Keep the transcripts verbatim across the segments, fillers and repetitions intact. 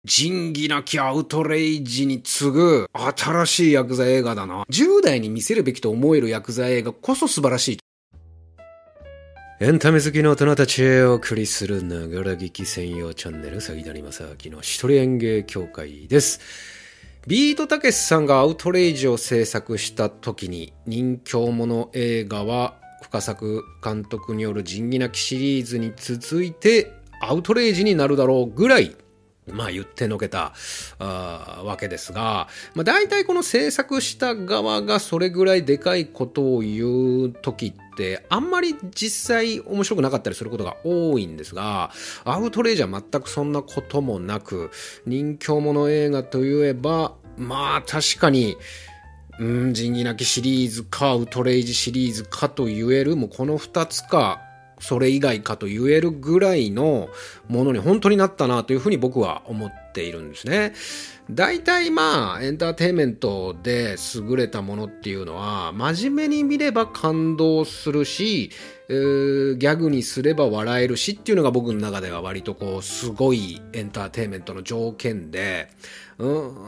仁義なきアウトレイジに次ぐ新しいヤクザ映画だな。じゅう代に見せるべきと思えるヤクザ映画こそ素晴らしい。エンタメ好きの大人たちへお送りするながら聞き専用チャンネル、杉谷正明の一人演芸協会です。ビートたけしさんがアウトレイジを制作した時に、人気者映画は深作監督による仁義なきシリーズに続いてアウトレイジになるだろうぐらいまあ言ってのけたあわけですが、まあ大体この制作した側がそれぐらいでかいことを言う時ってあんまり実際面白くなかったりすることが多いんですが、アウトレイジは全くそんなこともなく、人気者映画といえばまあ確かにうん仁義なきシリーズかアウトレイジシリーズかと言える、もうこの二つかそれ以外かと言えるぐらいのものに本当になったなというふうに僕は思っているんですね。大体まあエンターテインメントで優れたものっていうのは真面目に見れば感動するし、えー、ギャグにすれば笑えるしっていうのが僕の中では割とこうすごいエンターテインメントの条件で、うん、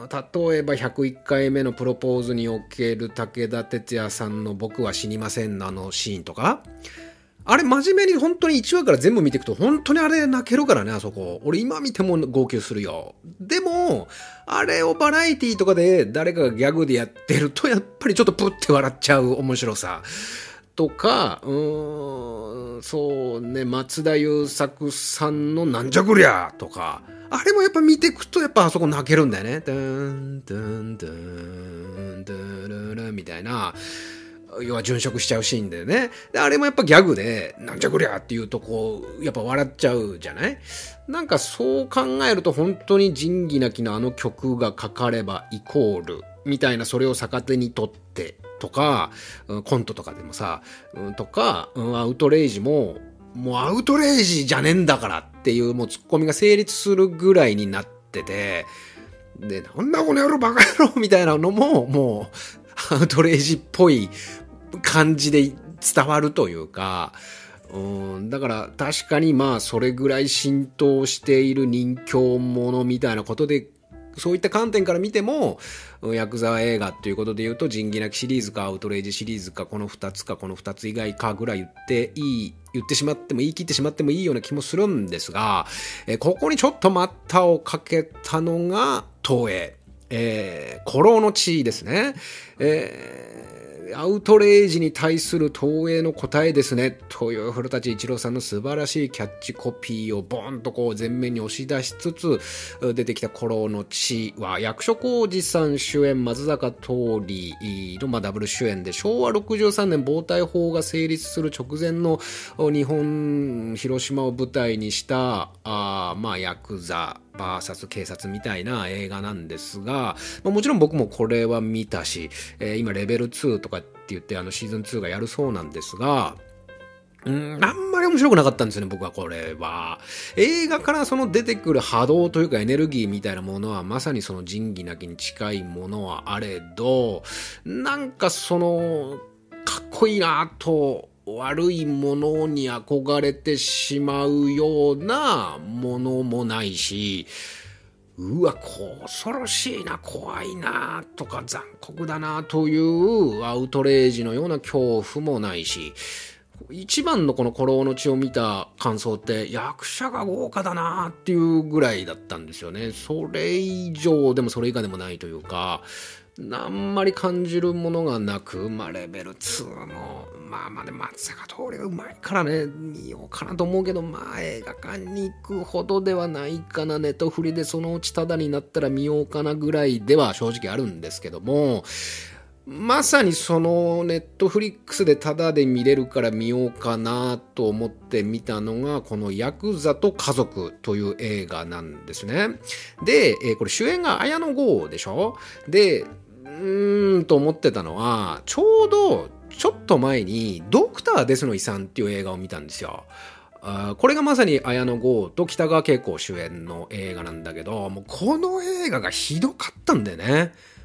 例えばひゃくいっかいめのプロポーズにおける武田鉄矢さんの僕は死にませんのあのシーンとか、あれ真面目に本当にいちわから全部見ていくと本当にあれ泣けるからね、あそこ。俺今見ても号泣するよ。でも、あれをバラエティとかで誰かがギャグでやってるとやっぱりちょっとプッて笑っちゃう面白さ。とか、うーん、そうね、松田優作さんのなんじゃこりゃとか、あれもやっぱ見ていくとやっぱあそこ泣けるんだよね。ドゥンドゥンドゥンドゥルルみたいな。要は殉職しちゃうシーンだよね。で、あれもやっぱギャグで、なんじゃこりゃって言うとこう、やっぱ笑っちゃうじゃない？なんかそう考えると本当に仁義なきのあの曲がかかればイコール、みたいなそれを逆手にとってとか、コントとかでもさ、とか、アウトレイジも、もうアウトレイジじゃねえんだからっていうもうツッコミが成立するぐらいになってて、で、なんだこの野郎バカ野郎みたいなのも、もう、アウトレイジっぽい感じで伝わるというか、うん、だから確かにまあそれぐらい浸透している人気者みたいなことで、そういった観点から見てもヤクザ映画っていうことで言うと仁義なきシリーズかアウトレイジシリーズかこのふたつかこのふたつ以外かぐらい言っていい言ってしまっても言い切ってしまってもいいような気もするんですが、えここにちょっと待ったをかけたのが東映、えー、古老の地ですね。えーアウトレイジに対する東映の答えですねという古舘一郎さんの素晴らしいキャッチコピーをボンとこう前面に押し出しつつ出てきた古老の地は役所広司さん主演、松坂桃李のまあダブル主演で、しょうわろくじゅうさんねん暴対法が成立する直前の日本広島を舞台にしたあまあヤクザバーサス警察みたいな映画なんですが、まあ、もちろん僕もこれは見たし、えー、今レベルツーとかって言ってあのシーズンツーがやるそうなんですが、うーんあんまり面白くなかったんですよね、僕はこれは。映画からその出てくる波動というかエネルギーみたいなものはまさにその仁義なきに近いものはあれど、なんかそのかっこいいなと悪いものに憧れてしまうようなものもないし、うわ恐ろしいな怖いなとか残酷だなというアウトレイジのような恐怖もないし、一番のこの古老の地を見た感想って役者が豪華だなっていうぐらいだったんですよね。それ以上でもそれ以下でもないというか、あんまり感じるものがなく、まあ、レベルツーのまあまあで松坂桃李がうまいからね見ようかなと思うけど、まあ映画館に行くほどではないかな。ネットフリでそのうちタダになったら見ようかなぐらいでは正直あるんですけども、まさにそのネットフリックスでタダで見れるから見ようかなと思って見たのがこのヤクザと家族という映画なんですね。で、えー、これ主演が綾野剛でしょ。でうーんと思ってたのは、ちょうどちょっと前にドクターデスの遺産っていう映画を見たんですよ。あこれがまさに綾野剛と北川景子主演の映画なんだけど、もうこの映画がひどかったんだよね。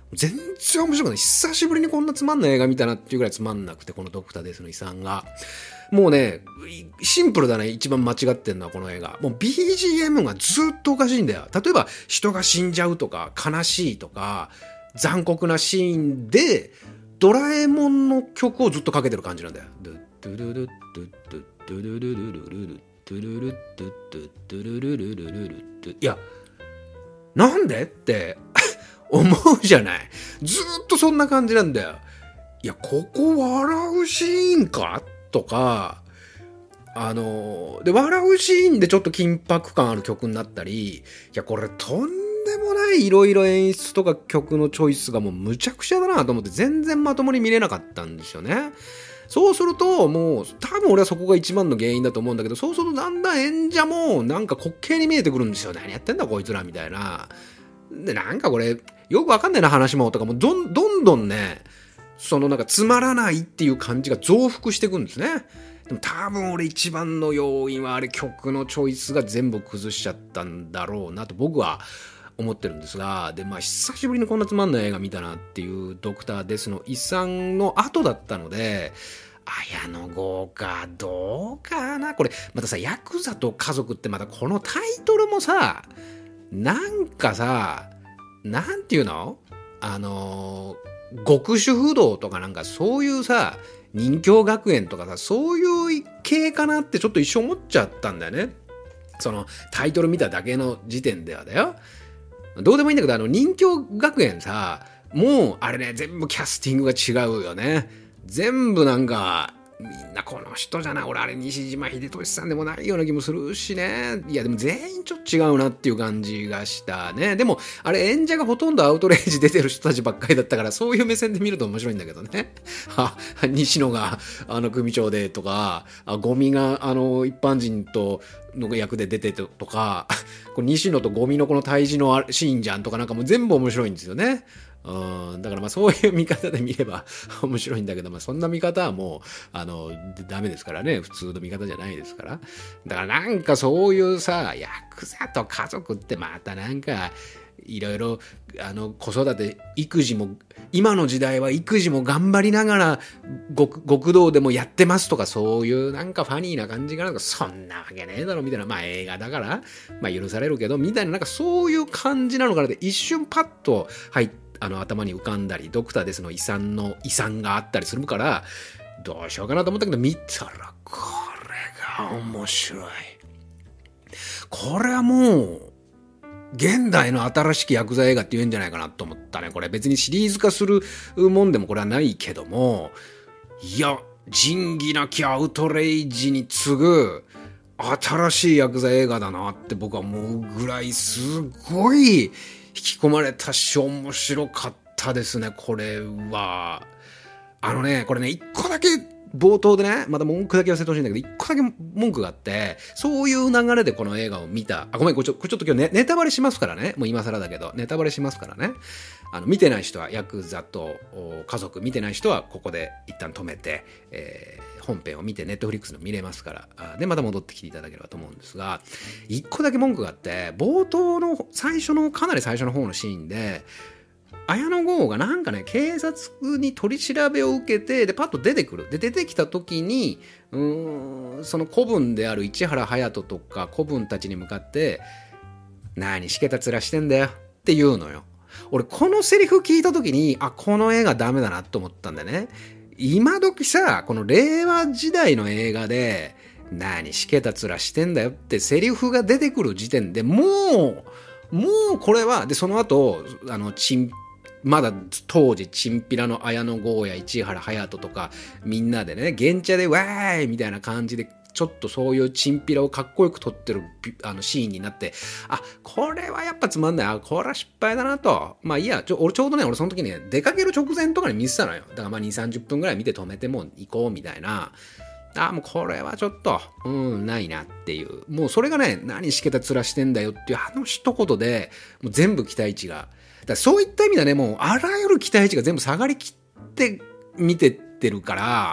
全然面白くない。久しぶりにこんなつまんない映画見たなっていうぐらいつまんなくて、このドクターデスの遺産が。もうね、シンプルだね、一番間違ってんのはこの映画。もう ビージーエム がずっとおかしいんだよ。例えば、人が死んじゃうとか、悲しいとか、残酷なシーンで、ドラえもんの曲をずっとかけてる感じなんだよ。ドゥドゥルルドゥドゥドゥルルルルルルドゥルルドゥドゥドゥルルルルルルル。いや、なんでって思うじゃない。ずっとそんな感じなんだよ。いや、ここ笑うシーンかとか、あの、で、笑うシーンでちょっと緊迫感ある曲になったり、いや、これとんでもないいろいろ演出とか曲のチョイスがもうむちゃくちゃだなと思って全然まともに見れなかったんですよね。そうすると、もう、多分俺はそこが一番の原因だと思うんだけど、そうするとだんだん演者もなんか滑稽に見えてくるんですよ。何やってんだこいつらみたいな。で、なんかこれ、よくわかんないな話もとかもどんどんどんね、そのなんかつまらないっていう感じが増幅していくんですね。でも多分俺一番の要因はあれ曲のチョイスが全部崩しちゃったんだろうなと僕は思ってるんですが、でまあ久しぶりにこんなつまんない映画見たなっていうドクターデスの遺産の後だったので、綾野剛かどうかな。これまたさ、ヤクザと家族ってまたこのタイトルもさ、なんかさ、なんていうの、あの極主不動とかなんかそういうさ、任教学園とかさ、そういう系かなってちょっと一瞬思っちゃったんだよね。そのタイトル見ただけの時点ではだよ。どうでもいいんだけど、あの任教学園さ、もうあれね、全部キャスティングが違うよね。全部なんかみんなこの人じゃない、俺あれ西島秀俊さんでもないような気もするしね。いやでも全員ちょっと違うなっていう感じがしたね。でもあれ演者がほとんどアウトレイジ出てる人たちばっかりだったから、そういう目線で見ると面白いんだけどね。は西野があの組長でとか、あゴミがあの一般人との役で出てとか、これ西野とゴミのこの対峙のシーンじゃんとか、なんかもう全部面白いんですよね。うん、だからまあそういう見方で見れば面白いんだけど、まあそんな見方はもうあのダメですからね。普通の見方じゃないですから。だからなんかそういうさ、ヤクザと家族ってまたなんかいろいろあの子育て育児も今の時代は育児も頑張りながら極極道でもやってますとか、そういうなんかファニーな感じがなんかそんなわけねえだろみたいな、まあ映画だからまあ許されるけどみたいな、なんかそういう感じなのかなって一瞬パッと入ってあの頭に浮かんだり、ドクターデスの遺産の遺産があったりするから、どうしようかなと思ったけど、見たらこれが面白い。これはもう現代の新しきヤクザ映画って言うんじゃないかなと思ったね。これ別にシリーズ化するもんでもこれはないけども、いや仁義なきアウトレイジに次ぐ新しいヤクザ映画だなって僕は思うぐらい、すごい引き込まれたし面白かったですね。これはあのね、これね、一個だけ冒頭でね、また文句だけ忘れてほしいんだけど、一個だけ文句があって、そういう流れでこの映画を見た。あ、ごめん、これちょ、これちょっと今日ね、ネタバレしますからね。もう今更だけど、ネタバレしますからね。あの、見てない人は、ヤクザと家族、見てない人は、ここで一旦止めて、えー、本編を見て、ネットフリックスの見れますから。で、また戻ってきていただければと思うんですが、一個だけ文句があって、冒頭の最初の、かなり最初の方のシーンで、綾野剛がなんかね、警察に取り調べを受けて、で、パッと出てくる。で、出てきた時に、うーん、その子分である市原隼人とか子分たちに向かって、何しけた面してんだよって言うのよ。俺、このセリフ聞いた時に、あ、この映画ダメだなと思ったんだよね。今時さ、この令和時代の映画で、何しけた面してんだよってセリフが出てくる時点でもう、もうこれは、で、その後、あの、チンまだ当時チンピラの綾野剛や市原隼人とかみんなでね、原茶でわーいみたいな感じでちょっとそういうチンピラをかっこよく撮ってるあのシーンになって、あ、これはやっぱつまんない、あ、これは失敗だなと。まあいいや、ちょ俺ちょうどね、俺その時ね、出かける直前とかに見てたのよ。だからまあに、さんじゅっぷんぐらい見て止めてもう行こうみたいな。あ、もうこれはちょっと、うん、ないなっていう。もうそれがね、何しけた面してんだよっていうあの一言で、もう全部期待値が。だそういった意味ではね、もうあらゆる期待値が全部下がりきって見てってるから、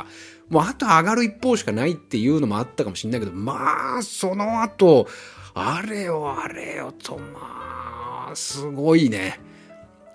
もうあと上がる一方しかないっていうのもあったかもしれないけど、まあ、その後、あれよあれよと、まあ、すごいね。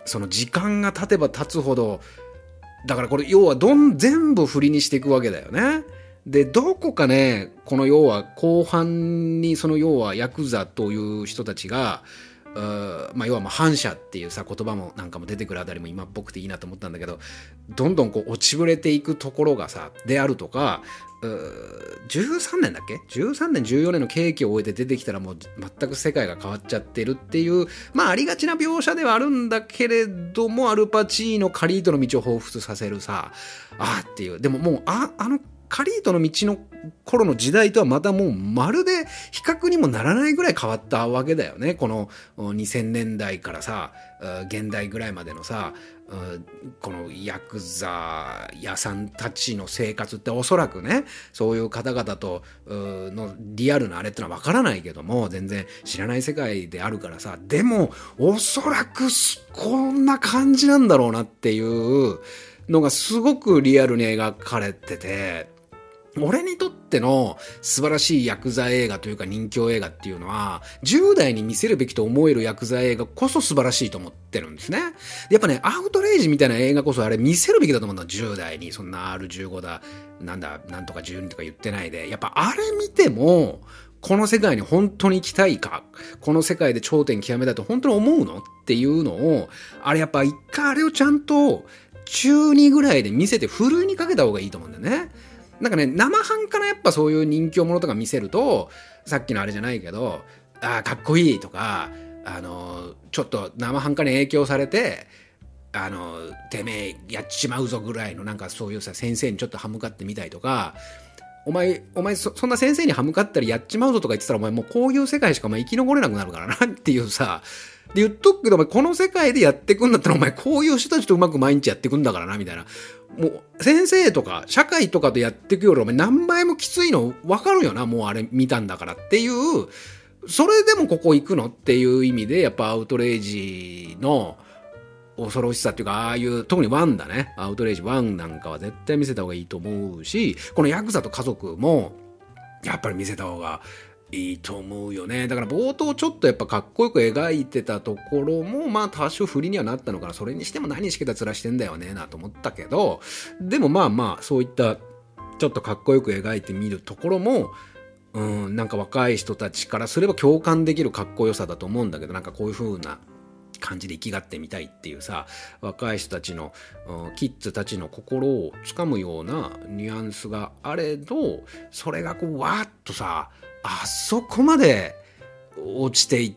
その時間が経てば経つほど、だからこれ要はどん全部振りにしていくわけだよね。でどこかね、この要は後半にその要はヤクザという人たちが、まあ、要はまあ反社っていうさ言葉もなんかも出てくるあたりも今っぽくていいなと思ったんだけど、どんどんこう落ちぶれていくところがさであるとか、じゅうさんねんだっけじゅうさんねんじゅうよねんの刑期を終えて出てきたらもう全く世界が変わっちゃってるっていう、まあありがちな描写ではあるんだけれども、アルパチーノカリートの道を彷彿させるさあっていう、でももうああのカリートの道の頃の時代とはまたもうまるで比較にもならないぐらい変わったわけだよね。このにせんねんだいからさ現代ぐらいまでのさ、このヤクザ屋さんたちの生活っておそらくね、そういう方々とのリアルなあれってのはわからないけども、全然知らない世界であるからさ、でもおそらくこんな感じなんだろうなっていうのがすごくリアルに描かれてて、俺にとっての素晴らしいヤクザ映画というか人気映画っていうのは、じゅう代に見せるべきと思えるヤクザ映画こそ素晴らしいと思ってるんですね。やっぱね、アウトレイジみたいな映画こそあれ見せるべきだと思うんだ。じゅう代にそんな アールじゅうご だなんだなんとかじゅうにとか言ってないで、やっぱあれ見てもこの世界に本当に行きたいか、この世界で頂点極めたいと本当に思うのっていうのを、あれやっぱ一回あれをちゃんと中にぐらいで見せてふるいにかけた方がいいと思うんだよね。なんかね、生半可なやっぱそういう人気者とか見せると、さっきのあれじゃないけど、ああかっこいいとか、あのちょっと生半可に影響されて、あのてめえやっちまうぞぐらいのなんかそういうさ先生にちょっと歯向かってみたりとか、お前お前 そ, そんな先生に歯向かったりやっちまうぞとか言ってたら、お前もうこういう世界しかお前生き残れなくなるからなっていうさ。で言っとくけど、お前この世界でやってくんだったら、お前こういう人たちとうまく毎日やってくんだからなみたいな。もう先生とか社会とかとやってくよりお前何倍もきついの分かるよな、もうあれ見たんだからっていう、それでもここ行くのっていう意味で、やっぱアウトレイジの恐ろしさっていうか、ああいう特にワンだね、アウトレイジワンなんかは絶対見せた方がいいと思うし、このヤクザと家族もやっぱり見せた方がいいと思うよね。だから冒頭ちょっとやっぱかっこよく描いてたところもまあ多少不利にはなったのかな。それにしても何しけた面してんだよねなと思ったけど、でもまあまあそういったちょっとかっこよく描いてみるところも、うん、なんか若い人たちからすれば共感できるかっこよさだと思うんだけど、なんかこういう風な感じで生きがってみたいっていうさ、若い人たちの、うん、キッズたちの心をつかむようなニュアンスがあれど、それがこうわーっとさ、あそこまで落ちていって、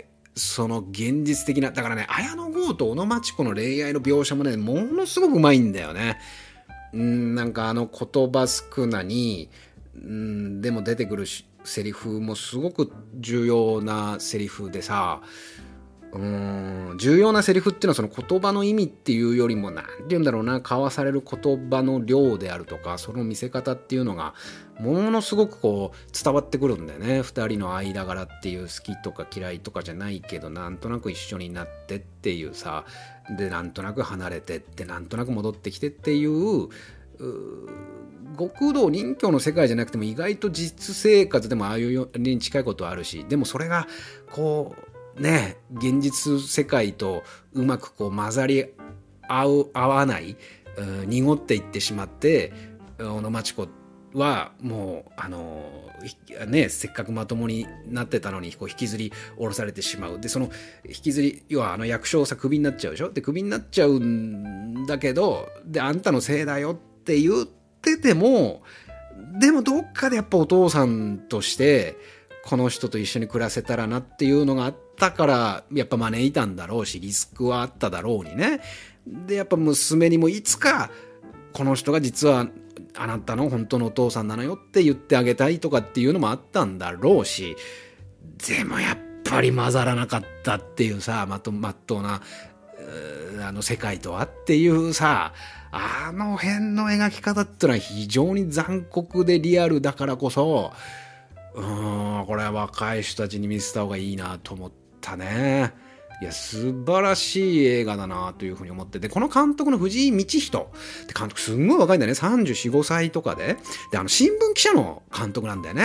その現実的な、だからね、綾野剛と小野真知子の恋愛の描写もね、ものすごくうまいんだよね。んなんかあの言葉少なに、んでも出てくるセリフもすごく重要なセリフでさ、うーん重要なセリフっていうのはその言葉の意味っていうよりも、なんて言うんだろうな、交わされる言葉の量であるとか、その見せ方っていうのがものすごくこう伝わってくるんだよね。二人の間柄っていう、好きとか嫌いとかじゃないけど、なんとなく一緒になってっていうさ、でなんとなく離れてって、なんとなく戻ってきてっていう、う極道任侠の世界じゃなくても意外と実生活でもああいうに近いことはあるし、でもそれがこうね、現実世界とうまくこう混ざり合う合わない、うん、濁っていってしまって、小野真知子はもうあのね、せっかくまともになってたのにこう引きずり下ろされてしまう。でその引きずり、要はあの役所さクビになっちゃうでしょ。でクビになっちゃうんだけど、であんたのせいだよって言ってても、でもどっかでやっぱお父さんとしてこの人と一緒に暮らせたらなっていうのがあったからやっぱ招いたんだろうし、リスクはあっただろうにね。でやっぱ娘にもいつかこの人が実はあなたの本当のお父さんなのよって言ってあげたいとかっていうのもあったんだろうし、でもやっぱり混ざらなかったっていうさ、まとまっとうなあの世界とはっていうさ、あの辺の描き方ってのは非常に残酷でリアルだからこそ、うーんこれは若い人たちに見せた方がいいなと思ったね。いや素晴らしい映画だなというふうに思ってて、この監督の藤井道人って監督すんごい若いんだよね。さんじゅうよん、ごさいとかで、であの新聞記者の監督なんだよね。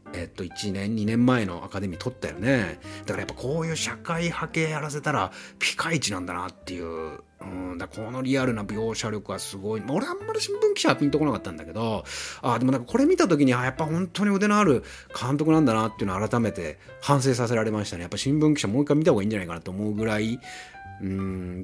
えっといちねんにねんまえのアカデミー取ったよね。だからやっぱこういう社会派系やらせたらピカイチなんだなっていう、うん、だこのリアルな描写力はすごい。俺あんまり新聞記者はピンとこなかったんだけど、あでもなんかこれ見た時にあやっぱ本当に腕のある監督なんだなっていうのを改めて反省させられましたね。やっぱ新聞記者もう一回見た方がいいんじゃないかなと思うぐらい、うん、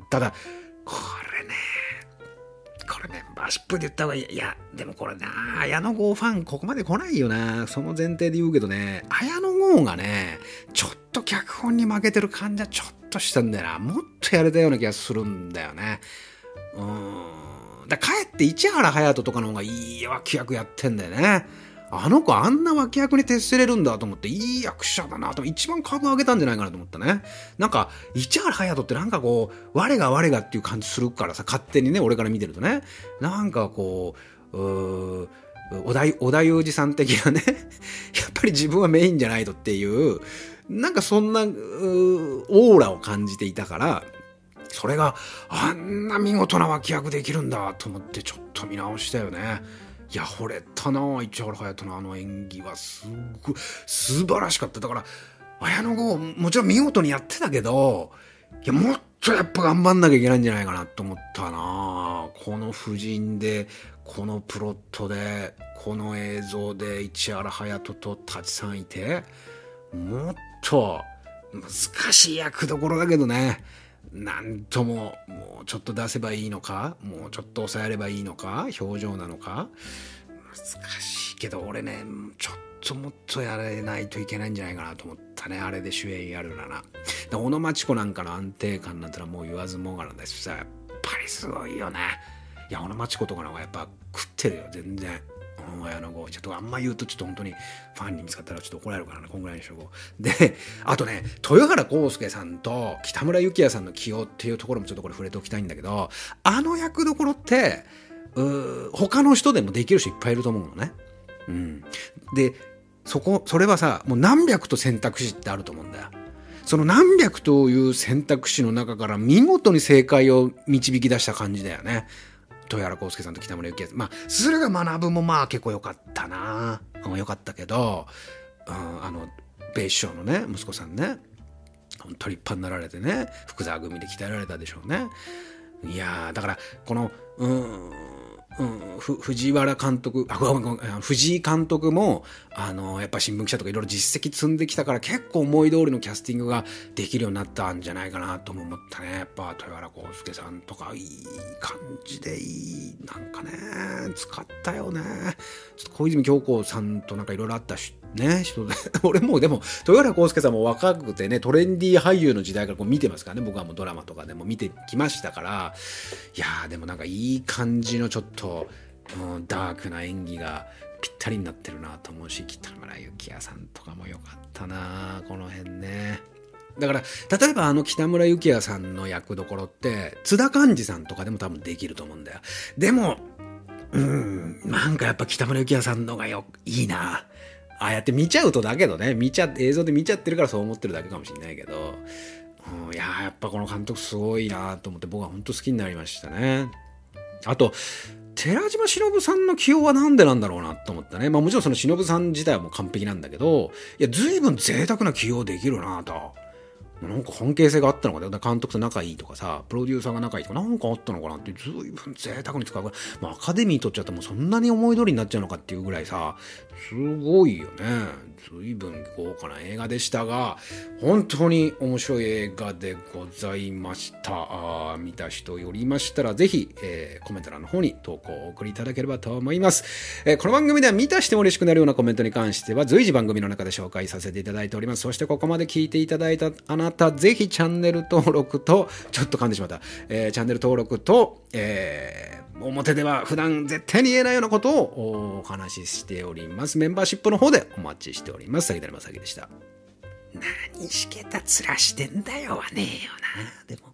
ただこれねこれメンバーシップで言った方がいい。いや、でもこれな、綾野剛ファンここまで来ないよな。その前提で言うけどね、綾野剛がね、ちょっと脚本に負けてる感じはちょっとしたんだよな。もっとやれたような気がするんだよね。うーん。だかえって市原隼人とかの方がいい脇役やってんだよね。あの子あんな脇役に徹せれるんだと思って、いい役者だなと、一番株上げたんじゃないかなと思ったね。なんか、市原隼人ってなんかこう、我が我がっていう感じするからさ、勝手にね、俺から見てるとね。なんかこう、うー小田、小田裕二さん的なね、やっぱり自分はメインじゃないとっていう、なんかそんな、オーラを感じていたから、それがあんな見事な脇役できるんだと思ってちょっと見直したよね。いや惚れたな市原隼人のあの演技はすごい素晴らしかった。だから綾野剛もちろん見事にやってたけど、いやもっとやっぱ頑張んなきゃいけないんじゃないかなと思ったな。この布陣でこのプロットでこの映像で市原隼人と舘さんいて、もっと難しい役どころだけどね、なんとももうちょっと出せばいいのか、もうちょっと抑えればいいのか、表情なのか難しいけど、俺ねちょっともっとやれないといけないんじゃないかなと思ったね。あれで主演やるなら小野真知子なんかの安定感なんてのはもう言わずもがなだしさ、やっぱりすごいよね。いや小野真知子とかの方がやっぱ食ってるよ全然。綾野剛ちょっとあんま言うとちょっと本当にファンに見つかったらちょっと怒られるからな、こんぐらいにしとこう。であとね豊原康介さんと北村幸也さんの起用っていうところもちょっとこれ触れておきたいんだけど、あの役どころってうー他の人でもできる人いっぱいいると思うのね。うん、でそこそれはさもう何百と選択肢ってあると思うんだよ。その何百という選択肢の中から見事に正解を導き出した感じだよね。豊原康介さんと北村幸也さん、まあ駿河学もまあ結構良かったな、良かったけど、うん、あの米首相のね息子さんね本当立派になられてね、福沢組で鍛えられたでしょうね。いやーだからこのうんうん、藤原監督あごめんごめん藤井監督もあのやっぱ新聞記者とかいろいろ実績積んできたから結構思い通りのキャスティングができるようになったんじゃないかなとも思ったね。やっぱ豊原康介さんとかいい感じでいいなんかね使ったよね。ちょっと小泉京子さんとなんかいろいろあったしね人で俺もでも豊原康介さんも若くてねトレンディー俳優の時代からこう見てますからね。僕はもうドラマとかでも見てきましたから、いやーでもなんかいい感じのちょっと、うん、ダークな演技がぴったりになってるなと思うし、北村幸也さんとかも良かったなこの辺ね。だから例えばあの北村幸也さんの役どころって津田寛治さんとかでも多分できると思うんだよ。でもうんなんかやっぱ北村幸也さんのがよいいな。ああやって見ちゃうとだけどね、見ちゃ映像で見ちゃってるからそう思ってるだけかもしれないけど、うん、いややっぱこの監督すごいなと思って僕は本当好きになりましたね。あと寺島しのぶさんの起用はなんでなんだろうなと思ったね。まあもちろんそのしのぶさん自体はもう完璧なんだけど、いや随分贅沢な起用できるなと。なんか関係性があったのかな、監督と仲いいとかさ、プロデューサーが仲いいとかなんかあったのかなって随分贅沢に使うから、まあ、アカデミー取っちゃってもそんなに思い通りになっちゃうのかっていうぐらいさ、すごいよね。随分豪華な映画でしたが、本当に面白い映画でございました。あ見た人よりましたらぜひ、えー、コメント欄の方に投稿をお送りいただければと思います。えー、この番組では見たしても嬉しくなるようなコメントに関しては随時番組の中で紹介させていただいております。そしてここまで聞いていただいたあなたぜひチャンネル登録とちょっと噛んでしまった、えー、チャンネル登録と、えー表では普段絶対に言えないようなことをお話ししております。メンバーシップの方でお待ちしております。さぎだれまさきでした。何しけた面してんだよはねえよな。でも